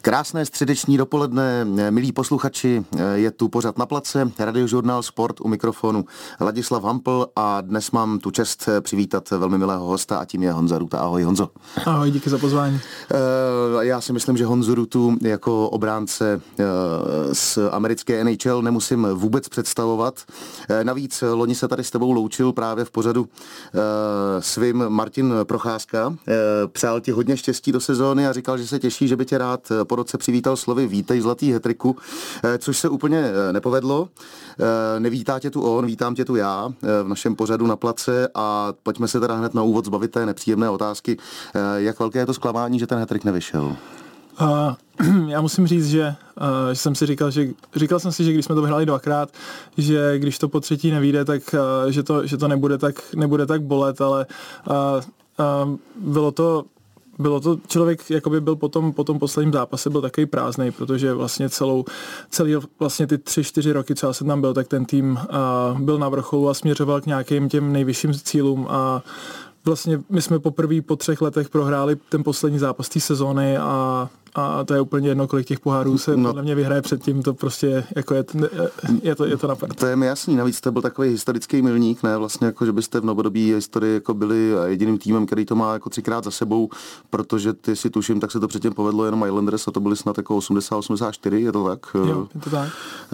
Krásné středeční dopoledne, milí posluchači, je tu pořad Na place, Radiožurnál Sport, u mikrofonu Ladislav Hampl a dnes mám tu čest přivítat velmi milého hosta a tím je Honza Ruta. Ahoj Honzo. Ahoj, díky za pozvání. Já si myslím, že Honzu Rutu jako obránce z americké NHL nemusím vůbec představovat. Navíc loni se tady s tebou loučil právě v pořadu svým Martin Procházka. Přál ti hodně štěstí do sezóny a říkal, že se těší, že by tě rád po roce přivítal slovy vítej zlatý hetriku, což se úplně nepovedlo. Nevítá tě tu on, vítám tě tu já v našem pořadu Na place a pojďme se teda hned na úvod zbavit té nepříjemné otázky. Jak velké je to zklamání, že ten hetrik nevyšel? Já musím říct, že jsem si říkal jsem si, že když jsme to vyhráli dvakrát, že když to po třetí nevyjde, tak že to nebude tak bolet, ale bylo to, člověk jakoby byl po tom posledním zápase byl takový prázdnej, protože vlastně celý vlastně ty 3-4 roky, co já jsem tam byl, tak ten tým byl na vrcholu a směřoval k nějakým těm nejvyšším cílům a vlastně my jsme poprvé po 3 letech prohráli ten poslední zápas té sezóny a to je úplně jedno, kolik těch pohárů se podle mě vyhraje předtím, to prostě jako je to napad. To je mi jasný, navíc to byl takový historický milník, ne vlastně jako, že byste v novodobí historii jako byli jediným týmem, který to má jako 3krát za sebou, protože ty si tuším, tak se to předtím povedlo jenom Islanders a to byly snad jako 80-84, je to tak? Jo, je to tak.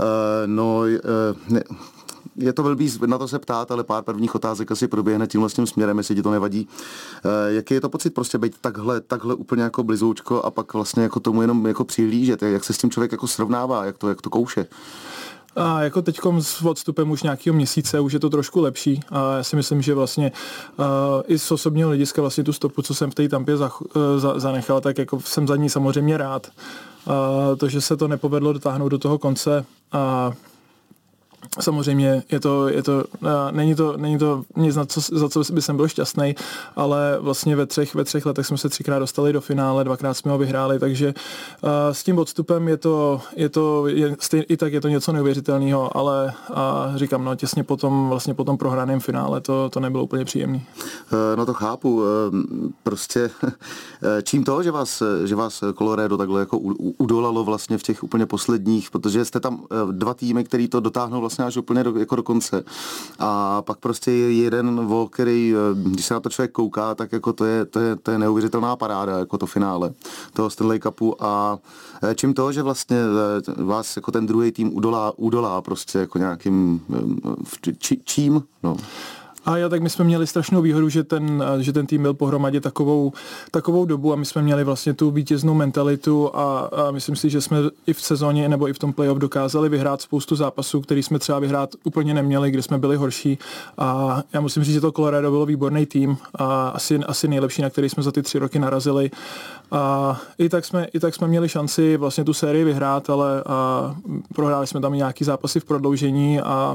Je to blbý na to se ptát, ale pár prvních otázek asi proběhne tímhle s tím směrem, jestli ti to nevadí. Jaký je to pocit prostě být takhle úplně jako blizoučko a pak vlastně jako tomu jenom jako přihlížet, jak se s tím člověk jako srovnává, jak to kouše? A jako teďkom s odstupem už nějakého měsíce už je to trošku lepší a já si myslím, že vlastně i z osobního hlediska vlastně tu stopu, co jsem v té Tampě zanechal, tak jako jsem za ní samozřejmě rád. To, že se to nepovedlo dotáhnout do toho konce a samozřejmě není to nic, za co by jsem byl šťastný, ale vlastně ve třech letech jsme se 3krát dostali do finále, 2krát jsme ho vyhráli, takže s tím odstupem je to něco neuvěřitelného, ale říkám, těsně po tom prohraném finále to nebylo úplně příjemný. No to chápu, prostě čím to, že vás Colorado takhle jako udolalo vlastně v těch úplně posledních, protože jste tam 2 týmy, který to dotáhnou vlastně až úplně do konce. A pak prostě je jeden vol, který, když se na to člověk kouká, tak jako to je neuvěřitelná paráda, jako to finále toho Stanley Cupu. A čím to, že vlastně vás jako ten druhý tým udolá prostě jako nějakým čím? No. A jo, tak my jsme měli strašnou výhodu, že ten tým byl pohromadě takovou dobu a my jsme měli vlastně tu vítěznou mentalitu a myslím si, že jsme i v sezóně nebo i v tom playoff dokázali vyhrát spoustu zápasů, který jsme třeba vyhrát úplně neměli, kde jsme byli horší. A já musím říct, že to Colorado bylo výborný tým a asi nejlepší, na který jsme za ty 3 roky narazili. A i tak jsme měli šanci vlastně tu sérii vyhrát, ale prohráli jsme tam i nějaký zápasy v prodloužení a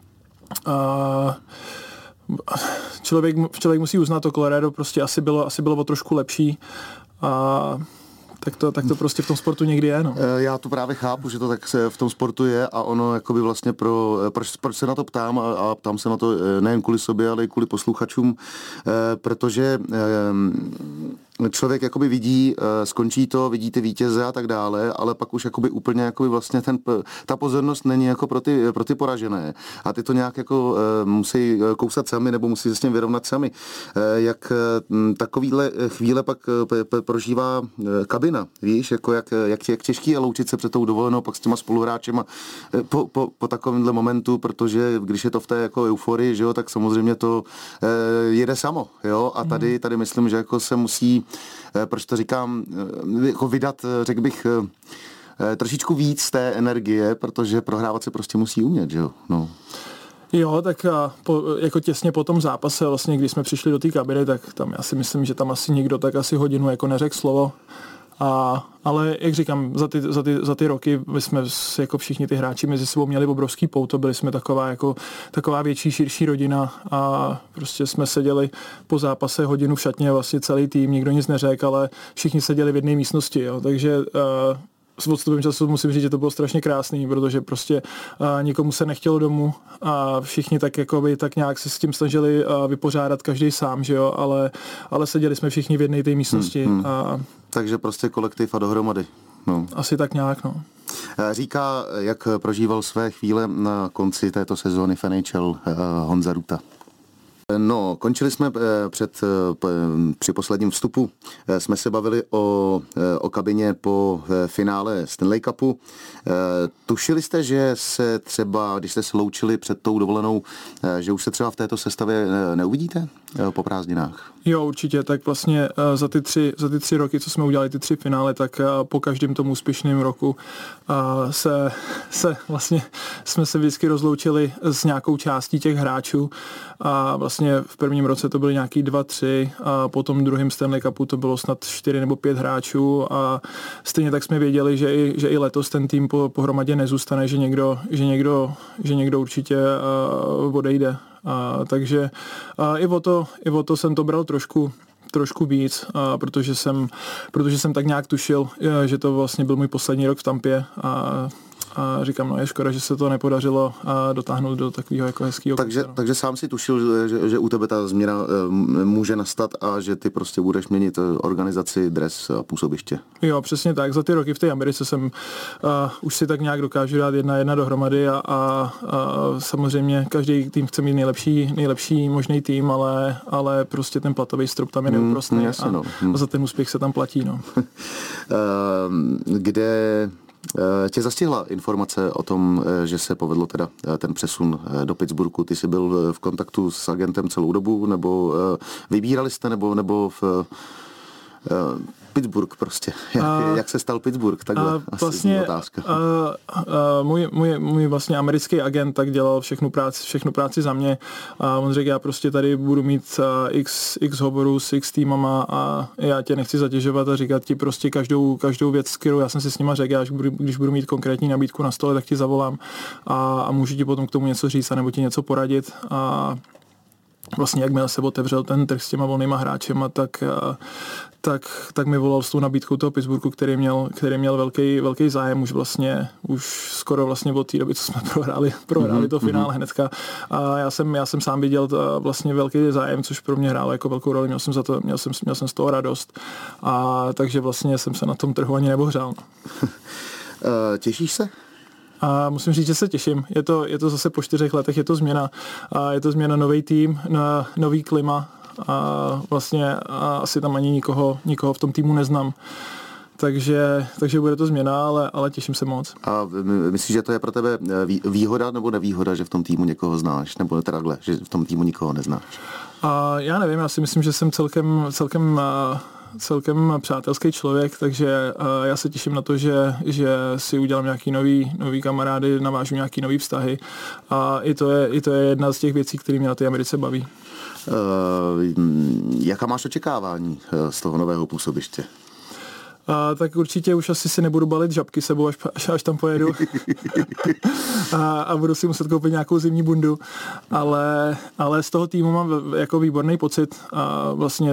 člověk musí uznat, to Colorado prostě asi bylo o trošku lepší a tak to prostě v tom sportu někdy je. No. Já to právě chápu, že to tak se v tom sportu je a ono jakoby vlastně proč se na to ptám a ptám se na to nejen kvůli sobě, ale i kvůli posluchačům, protože člověk jakoby vidí, skončí to, vidí ty vítěze a tak dále, ale pak už jakoby úplně jakoby vlastně ta pozornost není jako pro ty poražené. A ty to nějak jako musí kousat sami nebo musí se s tím vyrovnat sami. Jak takovýhle chvíle pak prožívá kabina, víš, jako jak těžký je loučit se před tou dovolenou pak s těma spoluhráčema po takovémhle momentu, protože když je to v té jako euforii, že jo, tak samozřejmě to jede samo, jo, a tady myslím, že jako se musí, proč to říkám, jako vydat, řekl bych, trošičku víc té energie, protože prohrávat se prostě musí umět, že jo, no. Jo, tak jako těsně po tom zápase, vlastně, když jsme přišli do té kabiny, tak tam já si myslím, že tam asi nikdo tak asi hodinu jako neřekl slovo. Ale jak říkám, za ty roky my jsme jako všichni ty hráči mezi sebou měli obrovský pouto, byli jsme taková větší, širší rodina a prostě jsme seděli po zápase hodinu v šatně, vlastně celý tým, nikdo nic neřekl, ale všichni seděli v jedné místnosti, jo, takže s odstupem času musím říct, že to bylo strašně krásný, protože prostě nikomu se nechtělo domů a všichni tak nějak se s tím snažili vypořádat každý sám, že jo, ale seděli jsme všichni v jedné té místnosti. Takže prostě kolektiv a dohromady. No. Asi tak nějak, no. Říká, jak prožíval své chvíle na konci této sezóny v NHL Honza Ruta. No, končili jsme při posledním vstupu. Jsme se bavili o kabině po finále Stanley Cupu. Tušili jste, že se třeba, když jste se loučili před tou dovolenou, že už se třeba v této sestavě neuvidíte po prázdninách? Jo, určitě, tak vlastně za ty tři roky, co jsme udělali ty 3 finále, tak po každém tomu úspěšném roku vlastně jsme se vždycky rozloučili s nějakou částí těch hráčů a vlastně v prvním roce to byly nějaký 2-3 a potom druhým Stanley Cupu to bylo snad 4 nebo 5 hráčů a stejně tak jsme věděli, že i letos ten tým pohromadě nezůstane, že někdo určitě odejde. Takže i o to jsem to bral trošku víc, protože jsem tak nějak tušil, že to vlastně byl můj poslední rok v Tampě a říkám, no je škoda, že se to nepodařilo dotáhnout do takového jako hezkého. Takže sám si tušil, že u tebe ta změna může nastat a že ty prostě budeš měnit organizaci, dres a působiště. Jo, přesně tak. Za ty roky v té Americe jsem už si tak nějak dokážu dát jedna dohromady a samozřejmě každý tým chce mít nejlepší možný tým, ale prostě ten platový strop tam je neúprostný a za ten úspěch se tam platí. No. Kde tě zastihla informace o tom, že se povedlo teda ten přesun do Pittsburghu? Ty jsi byl v kontaktu s agentem celou dobu, nebo vybírali jste, nebo v Pittsburgh prostě. Jak se stal Pittsburgh? Takhle vlastně otázka. Můj vlastně americký agent tak dělal všechnu práci za mě a on řekl, já prostě tady budu mít x hovorů s x týmama a já tě nechci zatěžovat a říkat ti prostě každou věc, kterou já jsem si s nima řekl, když budu mít konkrétní nabídku na stole, tak ti zavolám a můžu ti potom k tomu něco říct, nebo ti něco poradit a vlastně jakmile se otevřel ten trh s těma volnýma hráčema, tak mi volal s tou nabídkou toho Pittsburghu, který měl velký zájem už skoro vlastně od té doby, co jsme prohráli to finále hnedka. A já jsem sám viděl vlastně velký zájem, což pro mě hrálo jako velkou roli, měl jsem z toho radost. A takže vlastně jsem se na tom trhu ani nebohřál. Těšíš se? A musím říct, že se těším. Je to zase po 4 letech, je to změna nový tým, nový klima a vlastně asi tam ani nikoho v tom týmu neznám. Takže bude to změna, ale těším se moc. A myslíš, že to je pro tebe výhoda nebo nevýhoda, že v tom týmu někoho znáš? Nebo takhle, že v tom týmu nikoho neznáš? Já nevím, já si myslím, že jsem celkem přátelský člověk, takže já se těším na to, že si udělám nějaký nový kamarády, navážu nějaký nový vztahy a i to je jedna z těch věcí, které mě na té Americe baví. Jaká máš očekávání z toho nového působiště? Tak určitě už asi si nebudu balit žabky sebou, až tam pojedu a budu si muset koupit nějakou zimní bundu, ale z toho týmu mám jako výborný pocit a vlastně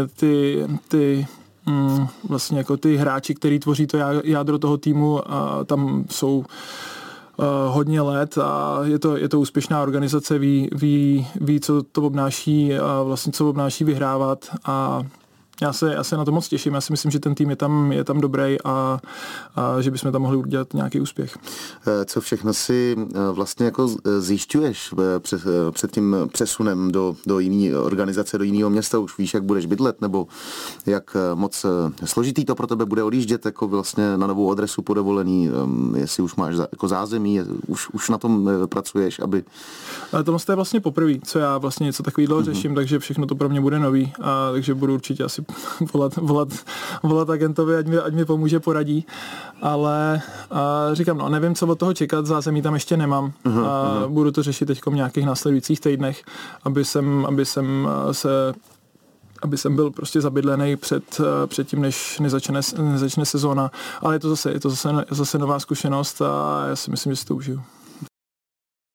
vlastně jako ty hráči, který tvoří to jádro toho týmu, a tam jsou hodně let a je to úspěšná organizace, ví, co to obnáší a vlastně co obnáší vyhrávat a já se na to moc těším. Já si myslím, že ten tým je tam dobrý a že bychom tam mohli udělat nějaký úspěch. Co všechno si vlastně jako zjišťuješ před tím přesunem do jiné organizace, do jiného města? Už víš, jak budeš bydlet, nebo jak moc složitý to pro tebe bude odjíždět jako vlastně na novou adresu po dovolení, jestli už máš jako zázemí, už na tom pracuješ, aby... Ale tohle je vlastně poprvé, co já vlastně něco takového řeším, takže všechno to pro mě bude nový a takže budu určitě asi volat agentovi, ať mi pomůže, poradí, ale říkám, nevím, co od toho čekat, zázemí tam ještě nemám. Budu to řešit teď v nějakých následujících týdnech, aby jsem byl prostě zabydlený před tím, než nezačne sezóna, ale je to zase nová zkušenost a já si myslím, že si to užiju.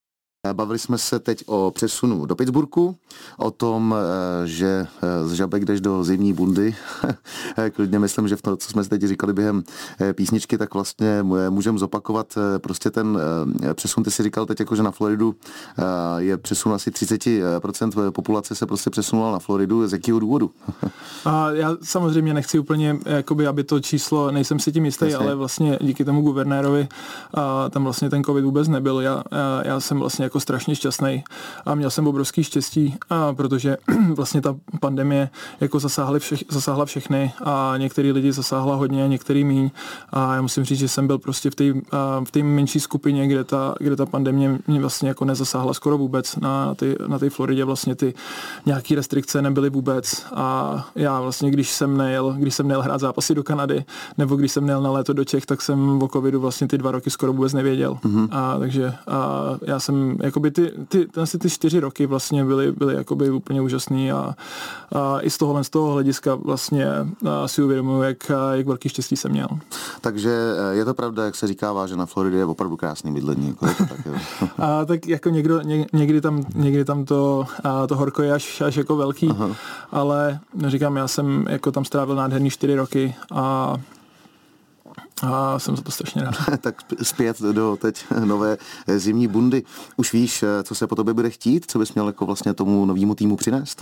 Bavili jsme se teď o přesunu do Pittsburghu, o tom, že z žabek jdeš do zimní bundy. Klidně myslím, že v tom, co jsme si teď říkali během písničky, tak vlastně můžeme zopakovat prostě ten přesun. Ty si říkal teď, jako, že na Floridu je přesun asi 30% populace se prostě přesunula na Floridu. Z jakého důvodu? A já samozřejmě nechci úplně, jakoby, aby to číslo, nejsem si tím jistý, ale vlastně díky tomu guvernérovi tam vlastně ten covid vůbec nebyl. Já jsem vlastně jako strašně šťastný a měl jsem obrovský štěstí, protože vlastně ta pandemie jako zasáhla všechny a některý lidi zasáhla hodně, některý míň a já musím říct, že jsem byl prostě v té menší skupině, kde ta pandemie mě vlastně jako nezasáhla skoro vůbec. Na té Floridě vlastně ty nějaký restrikce nebyly vůbec a já vlastně, když jsem nejel hrát zápasy do Kanady nebo když jsem nejel na léto do Čech, tak jsem o covidu vlastně ty 2 roky skoro vůbec nevěděl. Takže já jsem jakoby ty 4 roky vlastně byly jakoby úplně úžasný a i z toho hlediska vlastně si uvědomuji, jak velký štěstí jsem měl. Takže je to pravda, jak se říkává, že na Floridě je opravdu krásný bydlení. Jako je to tak, jo. Tak jako někdy tam to horko je až jako velký, ale říkám, já jsem jako tam strávil nádherný 4 roky a jsem za to strašně rád. Tak zpět do teď nové zimní bundy. Už víš, co se po tobě bude chtít? Co bys měl jako vlastně tomu novému týmu přinést?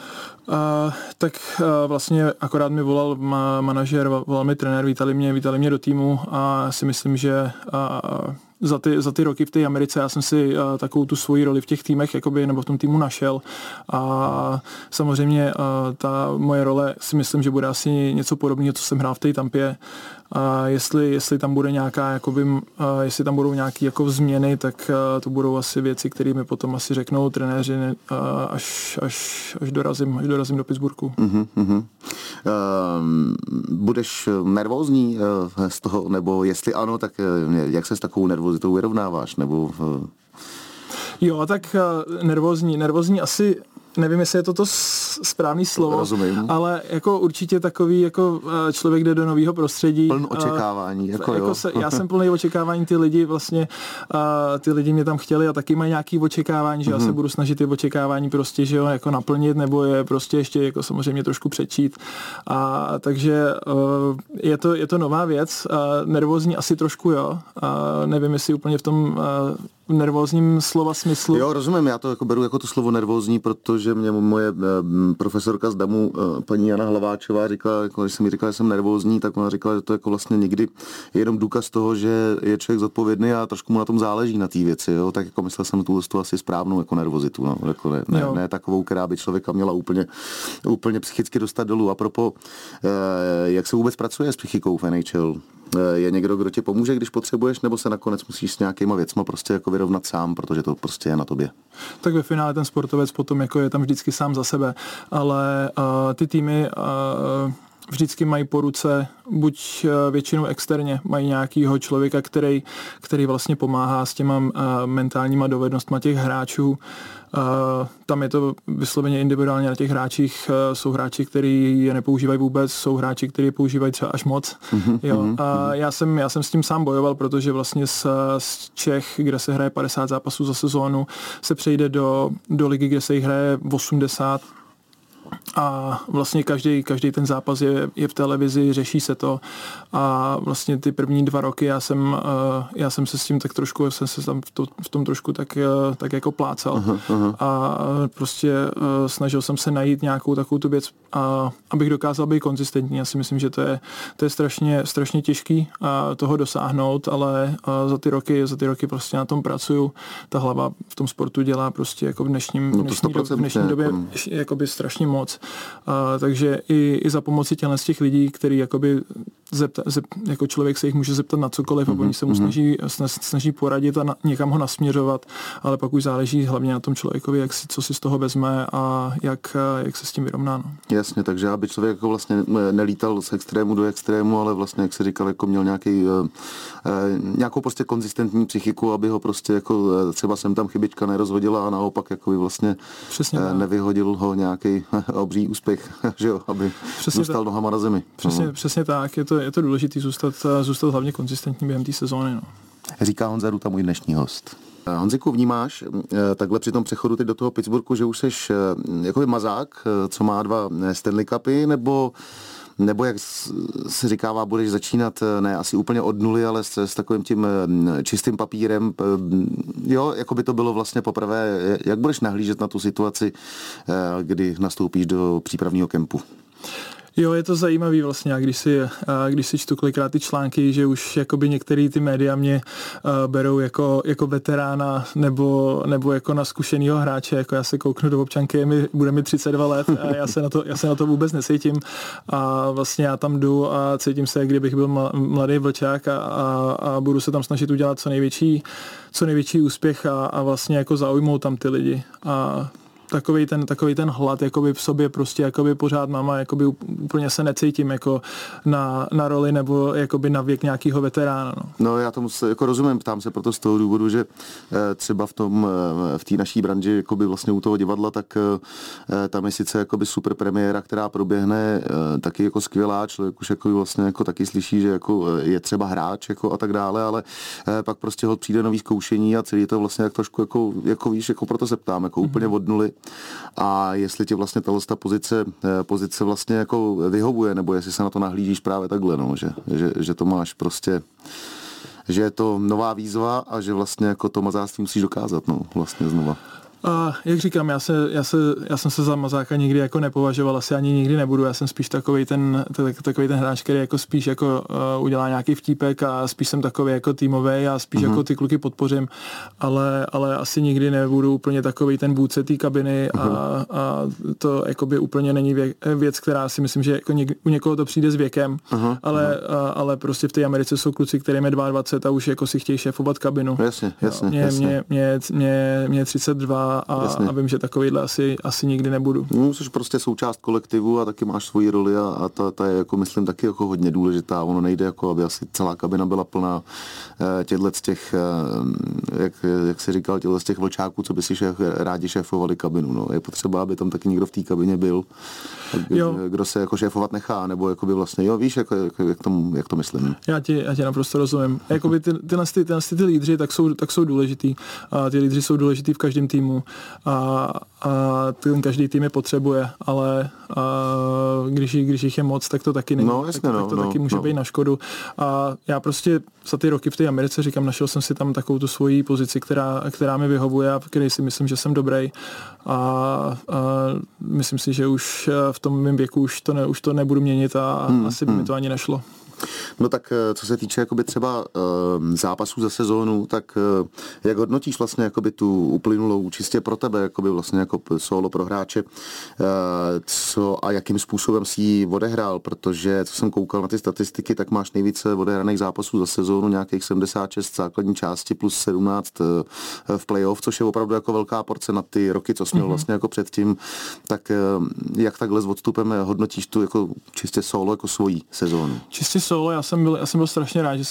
Tak vlastně akorát mi volal manažer, volal mi trenér, vítali mě do týmu a já si myslím, že za ty roky v té Americe já jsem si takovou tu svoji roli v těch týmech jakoby, nebo v tom týmu našel a samozřejmě ta moje role si myslím, že bude asi něco podobného, co jsem hrál v té Tampě. A jestli tam bude nějaká, jakoby, jestli tam budou nějaké jako změny, tak to budou asi věci, které mi potom asi řeknou trenéři, až dorazím do Pittsburghu. Budeš nervózní z toho, nebo jestli ano, tak jak se s takovou nervozitou vyrovnáváš? Nebo... Jo, tak nervózní asi... Nevím, jestli je to správný slovo, rozumím. Ale jako určitě takový jako člověk jde do nového prostředí. Pln očekávání. Já jsem plný očekávání, ty lidi vlastně, ty lidi mě tam chtěli a taky mají nějaký očekávání, že já se budu snažit ty očekávání prostě, že jo, jako naplnit nebo je prostě ještě jako samozřejmě trošku přečít. Takže je to nová věc, nervózní asi trošku, jo. Nevím, jestli úplně v tom nervózním slova smyslu. Jo, rozumím, já to jako beru jako to slovo nervózní, protože mě moje profesorka z DAMu, paní Jana Hlaváčová, říkala, jako, když jsem jí říkala, že jsem nervózní, tak ona říkala, že to jako vlastně někdy je jenom důkaz toho, že je člověk zodpovědný a trošku mu na tom záleží na té věci, jo? Tak jako myslel jsem tu asi správnou jako nervozitu, no? Jako ne takovou, která by člověka měla úplně psychicky dostat dolů. A propo, jak se vůbec pracuje s psychikou v NHL? Je někdo, kdo ti pomůže, když potřebuješ, nebo se nakonec musíš s nějakýma věcma prostě jako vyrovnat sám, protože to prostě je na tobě? Tak ve finále ten sportovec potom jako je tam vždycky sám za sebe, ale ty týmy vždycky mají po ruce, buď většinou externě, mají nějakýho člověka, který vlastně pomáhá s těma mentálníma dovednostma těch hráčů. Tam je to vysloveně individuálně na těch hráčích. Jsou hráči, kteří je nepoužívají vůbec, jsou hráči, kteří je používají třeba až moc. Já jsem s tím sám bojoval, protože vlastně z Čech, kde se hraje 50 zápasů za sezónu, se přejde do ligy, kde se jich hraje 80. A vlastně každý ten zápas je v televizi, řeší se to a vlastně ty první 2 roky já jsem se s tím tak trošku, jsem se tam v tom trošku tak jako plácal a prostě snažil jsem se najít nějakou takovou tu věc, abych dokázal být konzistentní. Já si myslím, že to je strašně těžký toho dosáhnout, ale za ty roky prostě na tom pracuju. Ta hlava v tom sportu dělá prostě jako v dnešní době jakoby strašně moc. Takže i za pomoci z těch lidí, který jakoby jako člověk se jich může zeptat na cokoliv a oni se mu snaží poradit a někam ho nasměřovat, ale pak už záleží hlavně na tom člověkovi, co si z toho vezme a jak se s tím vyrovná. No. Jasně, takže aby člověk jako vlastně nelítal z extrému do extrému, ale vlastně, jak se říkal, jako měl nějakou prostě konzistentní psychiku, aby ho prostě jako třeba sem tam chybička nerozhodila a naopak jako by vlastně nevyhodil ho nějaký obří úspěch, že jo, aby zůstal nohama na zemi. Přesně tak, je to důležité zůstat hlavně konzistentní během té sezóny. No. říká Honza Ruta, můj dnešní host. Honziku, vnímáš takhle při tom přechodu teď do toho Pittsburghu, že už seš jakoby mazák, co má 2 Stanley Cupy, nebo jak se říkává, budeš začínat ne asi úplně od nuly, ale s takovým tím čistým papírem. Jo, jako by to bylo vlastně poprvé. Jak budeš nahlížet na tu situaci, kdy nastoupíš do přípravního kempu? Jo, je to zajímavý vlastně, a když si čtu kolikrát ty články, že už jakoby některé ty média mě berou jako veterána nebo jako na zkušenýho hráče, jako já se kouknu do občanky, bude mi 32 let a já se na to vůbec necítím a vlastně já tam jdu a cítím se, jak kdybych byl mladý vlčák a budu se tam snažit udělat co největší úspěch a vlastně jako zaujmout tam ty lidi a takový ten hlad jakoby v sobě prostě jakoby pořád mám a jakoby úplně se necítím jako na roli nebo jakoby na věk nějakého veterána. No já tomu jako rozumím, ptám se proto z toho důvodu, že třeba v té naší branži jakoby vlastně u toho divadla, tak tam je sice jakoby super premiéra, která proběhne taky jako skvělá, člověk už jako vlastně jako taky slyší, že jako je třeba hráč jako a tak dále, ale pak prostě hod přijde nový zkoušení a celý to vlastně jak trošku jako víš, jako proto se ptám, jako úplně od nuly. A jestli ti vlastně tato pozice vlastně jako vyhovuje, nebo jestli se na to nahlížíš právě takhle, no, že to máš prostě, že je to nová výzva a že vlastně jako to mazáctví musíš dokázat, no, vlastně znova. A jak říkám, já jsem se za mazáka nikdy jako nepovažoval, asi ani nikdy nebudu, já jsem spíš takovej ten hráč, který jako spíš jako udělá nějaký vtípek a spíš jsem takový jako týmový a spíš jako ty kluky podpořím, ale asi nikdy nebudu úplně takovej ten vůdce té kabiny a to jakoby úplně není věc, která si myslím, že jako u někoho to přijde s věkem, ale prostě v té Americe jsou kluci, kterým je 22 a už jako si chtějí šéfovat kabinu. Jasně. Mě 32 a vím, že takovýhle asi nikdy nebudu. No, jsi prostě součást kolektivu a taky máš svoji roli a ta je jako myslím taky jako hodně důležitá. Ono nejde jako, aby asi celá kabina byla plná těch, jak jsi říkal, z těch vlčáků, co by si rádi šéfovali kabinu. No. Je potřeba, aby tam taky někdo v té kabině byl, kdo se jako šéfovat nechá, nebo jakoby vlastně, jo, víš, jak to myslím. Já ti naprosto rozumím. Jakoby tyhle ty lídři tak jsou důležitý. A ty lídři jsou důležitý v každém týmu a ten každý tým je potřebuje, ale když jich je moc, tak to taky není. No, jasně, tak to taky může být na škodu. A já prostě za ty roky v té Americe, říkám, našel jsem si tam takovou tu svoji pozici, která mi vyhovuje a v které si myslím, že jsem dobrý. A myslím si, že už v tom mém věku už to nebudu měnit a asi by mi to ani nešlo. No tak co se týče jakoby třeba zápasů za sezónu, tak jak hodnotíš vlastně jakoby tu uplynulou čistě pro tebe, jakoby vlastně jako solo pro hráče, co a jakým způsobem si ji odehrál, protože co jsem koukal na ty statistiky, tak máš nejvíce odehraných zápasů za sezónu, nějakých 76 základní části plus 17 v playoff, což je opravdu jako velká porce na ty roky, co jsi měl vlastně jako předtím, tak jak takhle s odstupem hodnotíš tu jako čistě solo jako svoji sezónu? Čistě solo, já jsem byl strašně rád, že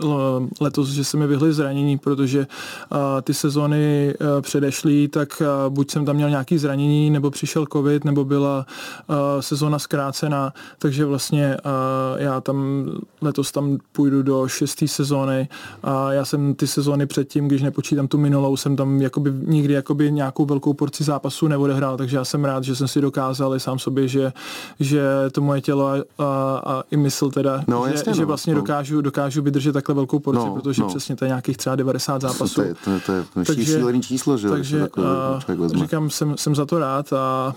se mi vyhly zranění, protože ty sezóny předešlý, tak buď jsem tam měl nějaký zranění, nebo přišel covid, nebo byla sezóna zkrácená, takže vlastně já letos tam půjdu do 6. sezóny a já jsem ty sezóny předtím, když nepočítám tu minulou, jsem tam nikdy nějakou velkou porci zápasů neodehrál, takže já jsem rád, že jsem si dokázal i sám sobě, že to moje tělo a i mysl teda, že vlastně dokážu vydržet takhle velkou porci, protože přesně to je nějakých třeba 90 zápasů. To je šílený číslo, že? Takže říkám, jsem za to rád a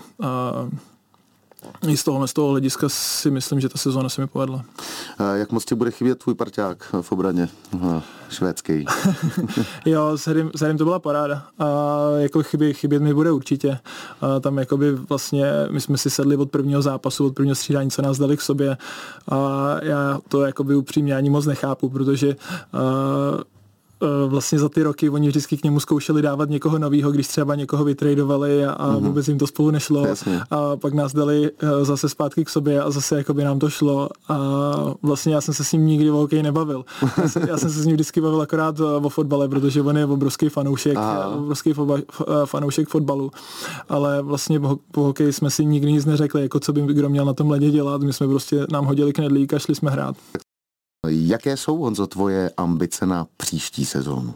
i z toho hlediska si myslím, že ta sezóna se mi povedla. Jak moc ti bude chybět tvůj parťák v obraně švédský? Jo, s Harrym to byla paráda. Jako chybět mi bude určitě. Tam jakoby vlastně my jsme si sedli od prvního zápasu, od prvního střídání, co nás dali k sobě. Já to jakoby upřímně ani moc nechápu, protože vlastně za ty roky oni vždycky k němu zkoušeli dávat někoho novýho, když třeba někoho vytradovali a vůbec jim to spolu nešlo. Jasně. A pak nás dali zase zpátky k sobě a zase jakoby nám to šlo. A vlastně já jsem se s ním nikdy o hokeji nebavil. Já jsem se s ním vždycky bavil akorát o fotbale, protože on je obrovský fanoušek fotbalu. Ale vlastně po hokeji jsme si nikdy nic neřekli, jako co by kdo měl na tom ledě dělat. My jsme prostě nám hodili knedlík a šli jsme hrát. Jaké jsou, Honzo, tvoje ambice na příští sezónu?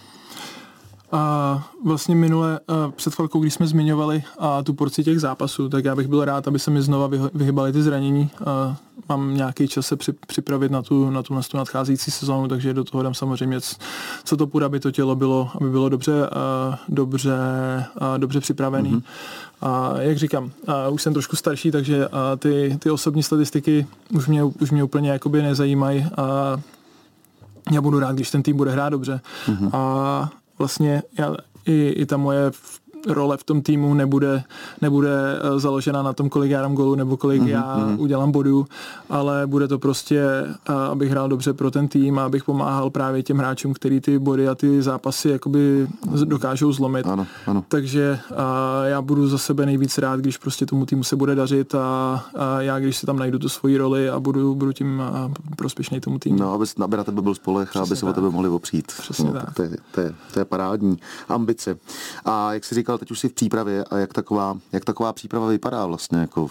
A vlastně minule před chvilkou, když jsme zmiňovali tu porci těch zápasů, tak já bych byl rád, aby se mi znova vyhybaly ty zranění. Mám nějaký čas se připravit na tu nadcházející sezónu, takže do toho dám samozřejmě, co to půjde, aby to tělo bylo, aby bylo dobře připravený. Mm-hmm. A jak říkám, už jsem trošku starší, takže ty osobní statistiky už mě úplně jakoby nezajímají. Já budu rád, když ten tým bude hrát dobře. Mm-hmm. A vlastně i ta moje role v tom týmu nebude založena na tom, kolik já dám gólů nebo kolik já udělám bodů, ale bude to prostě, abych hrál dobře pro ten tým a abych pomáhal právě těm hráčům, který ty body a ty zápasy jakoby dokážou zlomit. Ano. Takže já budu za sebe nejvíc rád, když prostě tomu týmu se bude dařit a já, když si tam najdu tu svoji roli a budu tím prospěšný tomu týmu. No, aby na tebe byl spoleh a aby se o tebe mohli opřít. Přesně tak. To je parádní ambice. A jak jsi říkal, teď už jsi v přípravě a jak taková příprava vypadá vlastně jako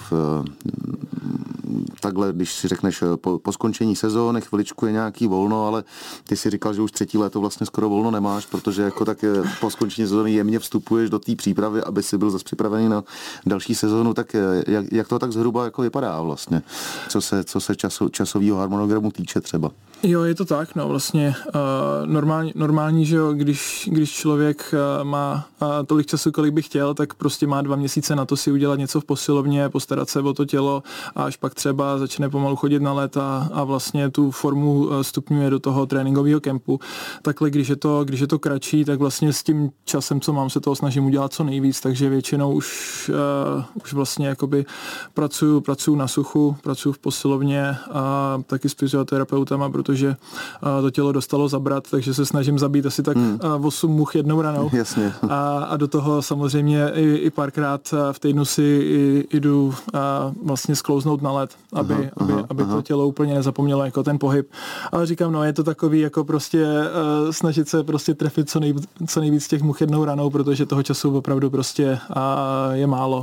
takhle, když si řekneš po skončení sezóny, chviličku je nějaký volno, ale ty si říkal, že už 3. léto vlastně skoro volno nemáš, protože jako tak po skončení sezóny jemně vstupuješ do té přípravy, aby si byl zase připravený na další sezónu, tak jak to tak zhruba jako vypadá vlastně, co se časového harmonogramu týče třeba? Jo, je to tak, no vlastně normální, že jo, když člověk má tolik času, kolik by chtěl, tak prostě má 2 měsíce na to si udělat něco v posilovně, postarat se o to tělo a až pak třeba začne pomalu chodit na let a vlastně tu formu stupňuje do toho tréninkového kempu. Takhle, když je to kratší, tak vlastně s tím časem, co mám, se toho snažím udělat co nejvíc, takže většinou už vlastně jakoby pracuju na suchu, pracuju v posilovně a taky s fyzioterapeutama, protože to tělo dostalo zabrat, takže se snažím zabít asi tak 8 much jednou ranou. Jasně. A do toho samozřejmě i párkrát v týdnu si jdu vlastně sklouznout na led, aby to tělo úplně nezapomnělo jako ten pohyb. Ale říkám, no je to takový jako prostě snažit se prostě trefit co nejvíc těch much jednou ranou, protože toho času opravdu prostě je málo.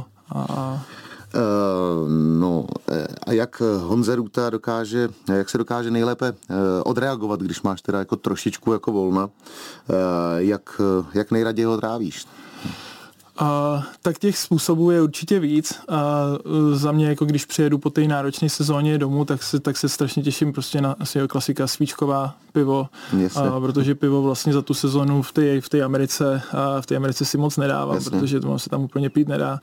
A jak Honza Růta jak se dokáže nejlépe odreagovat, když máš teda jako trošičku jako volna, jak nejraději ho trávíš? Tak těch způsobů je určitě víc. Za mě, jako když přijedu po té náročné sezóně domů, tak se strašně těším prostě na asi klasika svíčková pivo, protože pivo vlastně za tu sezónu v té Americe si moc nedávám, protože to se tam úplně pít nedá.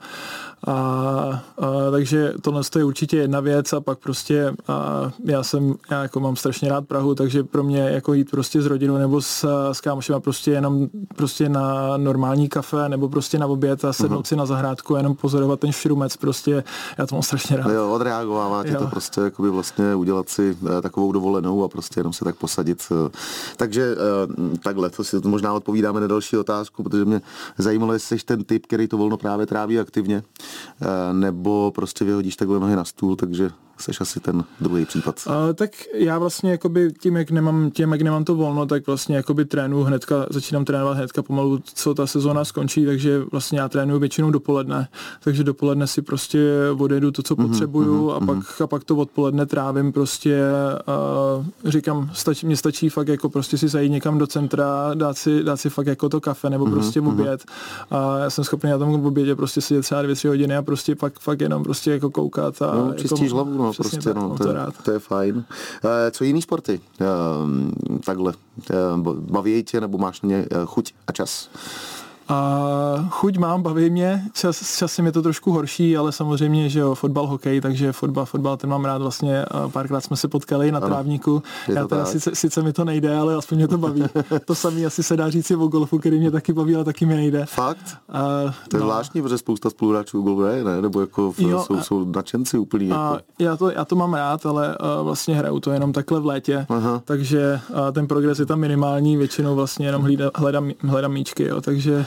Takže tohle je určitě jedna věc a pak prostě já jako mám strašně rád Prahu, takže pro mě jako jít prostě s rodinou nebo s kámošema prostě jenom prostě na normální kafe nebo prostě na oběd a sednout si na zahrádku a jenom pozorovat ten šrumec, prostě já to mám strašně rád. Jo, odreagovává tě to prostě jakoby vlastně udělat si takovou dovolenou a prostě jenom se tak posadit. Takže takhle, to si možná odpovídáme na další otázku, protože mě zajímalo, jestli jsi ten typ, který to volno právě tráví aktivně, nebo prostě vyhodíš takhle nohy na stůl, takže seš asi ten druhý případ. Tak já vlastně jakoby tím, jak nemám to volno, tak vlastně jakoby začínám trénovat hnedka pomalu, co ta sezóna skončí, takže vlastně já trénuju většinou dopoledne, takže dopoledne si prostě odjedu to, co potřebuju a pak to odpoledne trávím prostě, říkám, mně stačí fakt jako prostě si zajít někam do centra, dát si fakt jako to kafe nebo prostě oběd a já jsem schopný na tom obědě prostě sedět třeba 2-3 hodiny a prostě fakt jenom prostě jako koukat a čistíš hlavu, prostě, tak, to je fajn. Co jiný sporty? Takhle, baví tě, nebo máš na ně chuť a čas? Chuť mám, baví mě, časem je to trošku horší, ale samozřejmě, že jo, fotbal, hokej, takže fotbal ten mám rád vlastně, párkrát jsme se potkali na trávníku, já teda sice mi to nejde, ale aspoň mě to baví. To samé asi se dá říci o golfu, který mě taky baví, ale taky mi nejde. Fakt? To je zvláštní, protože spousta spoluhráčů golfu ne? Nebo jako jsou nadšenci úplný. Jako. Já to mám rád, ale vlastně hraju to jenom takhle v létě, takže ten progres je tam minimální, většinou vlastně jenom hledám míčky, jo, takže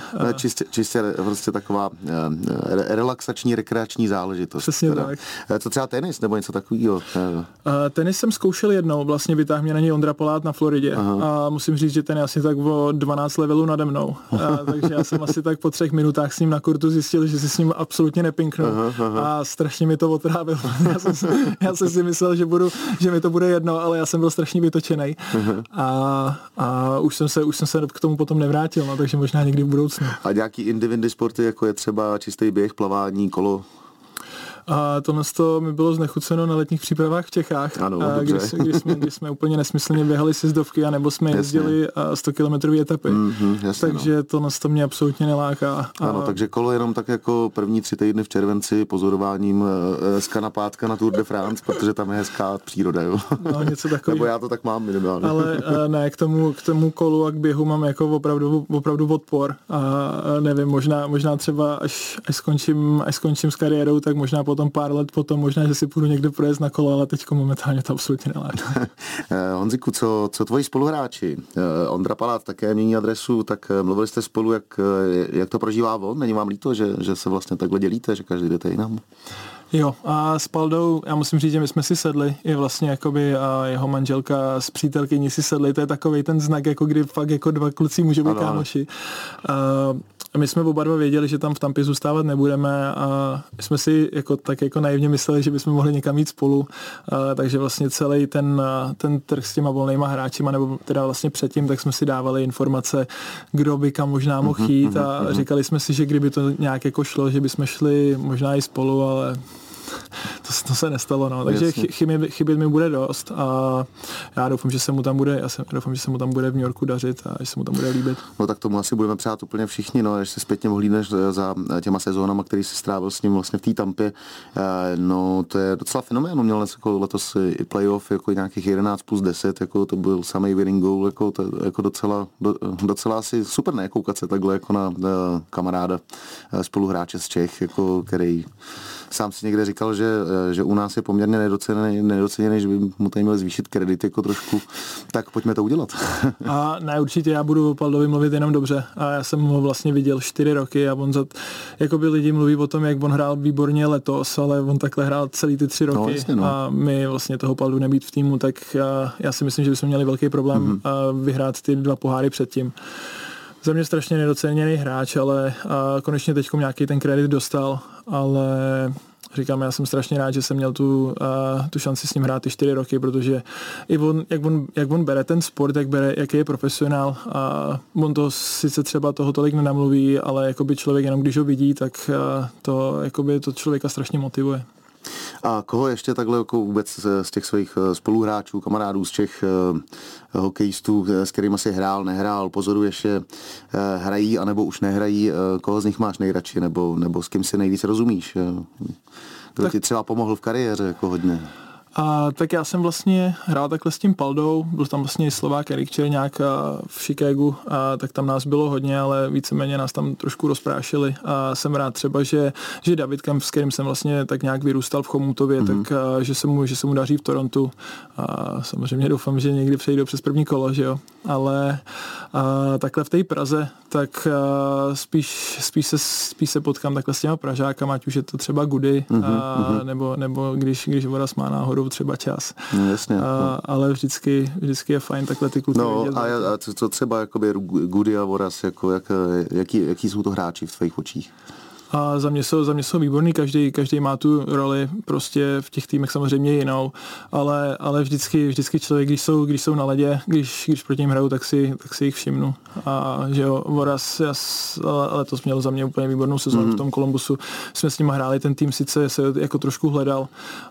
Čistě prostě taková relaxační, rekreační záležitost. Přesně tak. Co třeba tenis nebo něco takového? Tenis jsem zkoušel jednou, vlastně vytáhl mě na něj Ondra Palát na Floridě. Aha. A musím říct, že ten je asi tak o 12 levelů nade mnou. Takže já jsem asi tak po 3 minutách s ním na kurtu zjistil, že si s ním absolutně nepinknu. A strašně mi to otrávilo. Já jsem si myslel, že mi to bude jedno, ale já jsem byl strašně vytočenej. A už jsem se k tomu potom nevrátil, no, takže možná někdy v budoucnu. A nějaký individuální sporty, jako je třeba čistý běh, plavání, kolo? A tohle mi bylo znechuceno na letních přípravách v Čechách, ano, kdy jsme úplně nesmyslně běhali sjezdovky, anebo jsme jezdili 100 kilometrové etapy. Takže tohle mě absolutně neláká. Ano, takže kolo jenom tak jako první 3 týdny v červenci pozorováním z kanapátka na Tour de France, protože tam je hezká příroda, jo. No, něco takového. Nebo já to tak mám minimálně. Ale ne, k tomu kolu a k běhu mám jako opravdu odpor. A nevím, možná třeba až skončím s kariérou, tak možná potom pár let potom možná, že si půjdu někde projet na kolo, ale teďko momentálně to absolutně neláká. Honziku, co tvoji spoluhráči? Ondra Palát také mění adresu, tak mluvili jste spolu, jak to prožívá on? Není vám líto, že se vlastně takhle dělíte, že každý jdete jinam? Jo, a s Paldou, já musím říct, že my jsme si sedli, je vlastně jakoby a jeho manželka s přítelkyní si sedli, to je takovej ten znak, jako kdy fakt jako 2 kluci můžou být kámoši. My jsme oba dva věděli, že tam v Tampě zůstávat nebudeme a jsme si tak naivně mysleli, že bychom mohli někam jít spolu, takže vlastně celý ten trh s těma volnýma hráčima, nebo teda vlastně předtím, tak jsme si dávali informace, kdo by kam možná mohl jít a říkali jsme si, že kdyby to nějak jako šlo, že bychom šli možná i spolu, ale to se nestalo, no. Takže chybět mi bude dost a já doufám, že se mu tam bude, v New Yorku dařit a že se mu tam bude líbit. No tak tomu asi budeme přát úplně všichni, no, když se zpětně ohlídneš za těma sezónama, který si strávil s ním vlastně v té Tampě, no to je docela fenomén, měl jako letos i playoff, jako nějakých 11+10, jako to byl samý winning goal, jako docela asi super, ne, koukat se takhle jako na kamaráda, spoluhráče z Čech, jako který sám si někde říkal, že u nás je poměrně nedoceněný, že by mu tady měl zvýšit kredit jako trošku, tak pojďme to udělat. A ne, určitě já budu o Paldovi mluvit jenom dobře a já jsem ho vlastně viděl 4 roky a on jakoby lidi mluví o tom, jak on hrál výborně letos, ale on takhle hrál celý ty 3 roky no, jasně, no. A my vlastně toho Paldu nebýt v týmu, tak já si myslím, že bychom měli velký problém vyhrát ty 2 poháry předtím. Za mě strašně nedoceněný hráč, ale konečně teďkom nějaký ten kredit dostal, ale říkám, já jsem strašně rád, že jsem měl tu šanci s ním hrát ty 4 roky, protože i jak on bere ten sport, jaký je profesionál a on to sice třeba toho tolik nenamluví, ale jakoby člověk jenom když ho vidí, tak to člověka strašně motivuje. A koho ještě takhle jako vůbec z těch svých spoluhráčů, kamarádů z Čech, hokejistů, s kterými si hrál, nehrál, pozoruješ je, hrají anebo už nehrají, koho z nich máš nejradši nebo s kým si nejvíc rozumíš? Kdo ti třeba pomohl v kariéře jako hodně? Tak já jsem vlastně hrál takhle s tím Paldou, byl tam vlastně Slovák Erik Čerňák v Chicagu, tak tam nás bylo hodně, ale víceméně nás tam trošku rozprášili a jsem rád třeba, že David Kemp, s kterým jsem vlastně tak nějak vyrůstal v Chomutově, tak že se mu daří v Torontu a samozřejmě doufám, že někdy přejde přes první kolo, že jo, ale takhle v té Praze, tak spíš se potkám takhle s těma Pražákama, ať už je to třeba Gudy, nebo když Voras má náhodou třeba čas. No, jasně. Ale vždycky je fajn takhle ty kluky vidět. No a co třeba jakoby Gudy a Voras, jako jaký jsou to hráči v tvých očích? A za mě jsou výborný, každý má tu roli prostě v těch týmech samozřejmě jinou, ale vždycky člověk, když jsou na ledě, když proti ním hrajou, tak si jich všimnu. A že jo, Voras letos měl za mě úplně výbornou sezónu v tom Columbusu. Jsme s ním hráli, ten tým sice se jako trošku hledal,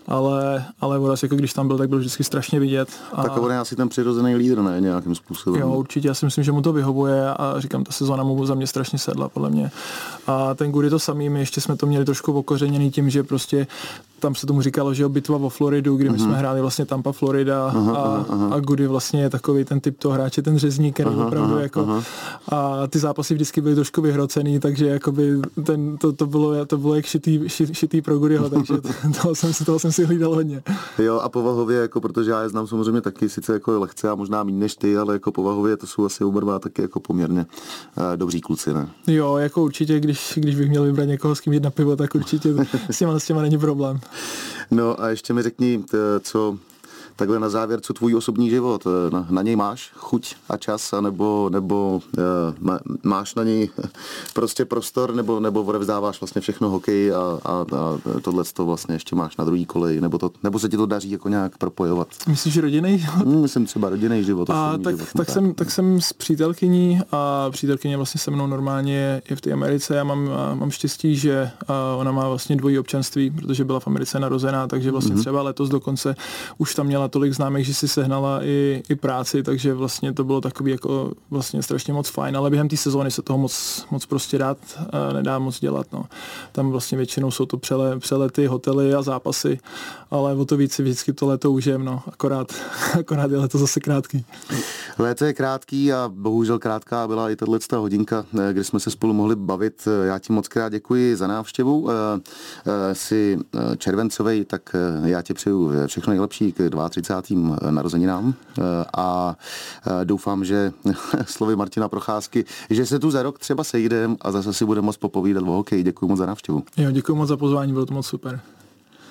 ale Voras, jako když tam byl, tak byl vždycky strašně vidět. Tak on je asi ten přirozený lídr, ne, nějakým způsobem. Jo, určitě, já si myslím, že mu to vyhovuje a říkám, ta sezóna mu za mě strašně sedla, podle mě. A ten Gudy to samý, my ještě jsme to měli trošku okořeněný tím, že prostě tam se tomu říkalo, že bitva o Floridu, kdy my jsme hráli vlastně Tampa, Florida a Goody vlastně je takový ten typ toho hráče, ten řezník, který opravdu jako a ty zápasy vždycky byly trošku vyhrocený, takže jakoby to bylo jak šitý pro Goodyho, takže toho jsem si hlídal hodně. Jo, a povahově, jako, protože já je znám samozřejmě taky, sice jako lehce a možná méně než ty, ale jako povahově to jsou asi oba dva taky jako poměrně dobří kluci, ne? Jo, jako určitě, když bych měl vybrat někoho, s kým jít na pivo, tak určitě s těma není problém. No a ještě mi řekni, co takhle na závěr, co tvůj osobní život? Na něj máš chuť a čas, nebo máš na něj prostě prostor, nebo odevzdáváš vlastně všechno hokej a tohleto vlastně ještě máš na druhý kolej, nebo se ti to daří jako nějak propojovat? Myslíš rodinný život? Myslím třeba rodinný život. Tak jsem s přítelkyní a přítelkyně vlastně se mnou normálně je v té Americe. Já mám štěstí, že ona má vlastně dvojí občanství, protože byla v Americe narozená, takže vlastně třeba letos dokonce už tam měla tolik známých, že si sehnala i práci, takže vlastně to bylo takový jako vlastně strašně moc fajn, ale během té sezóny se toho moc prostě nedá moc dělat, no. Tam vlastně většinou jsou to přelety, hotely a zápasy, ale o to víc si vždycky to léto užijem, no. Akorát je léto zase krátký. Léto je krátký a bohužel krátká byla i tato hodinka, kdy jsme se spolu mohli bavit. Já ti moc krát děkuji za návštěvu. Jsi červencovej, tak já ti přeju všechno nejlepší k 32. narozeninám a doufám, že slovy Martina Procházky, že se tu za rok třeba sejdem a zase si budeme moc popovídat o hokeji. Děkuji moc za návštěvu. Jo, děkuji moc za pozvání, bylo to moc super.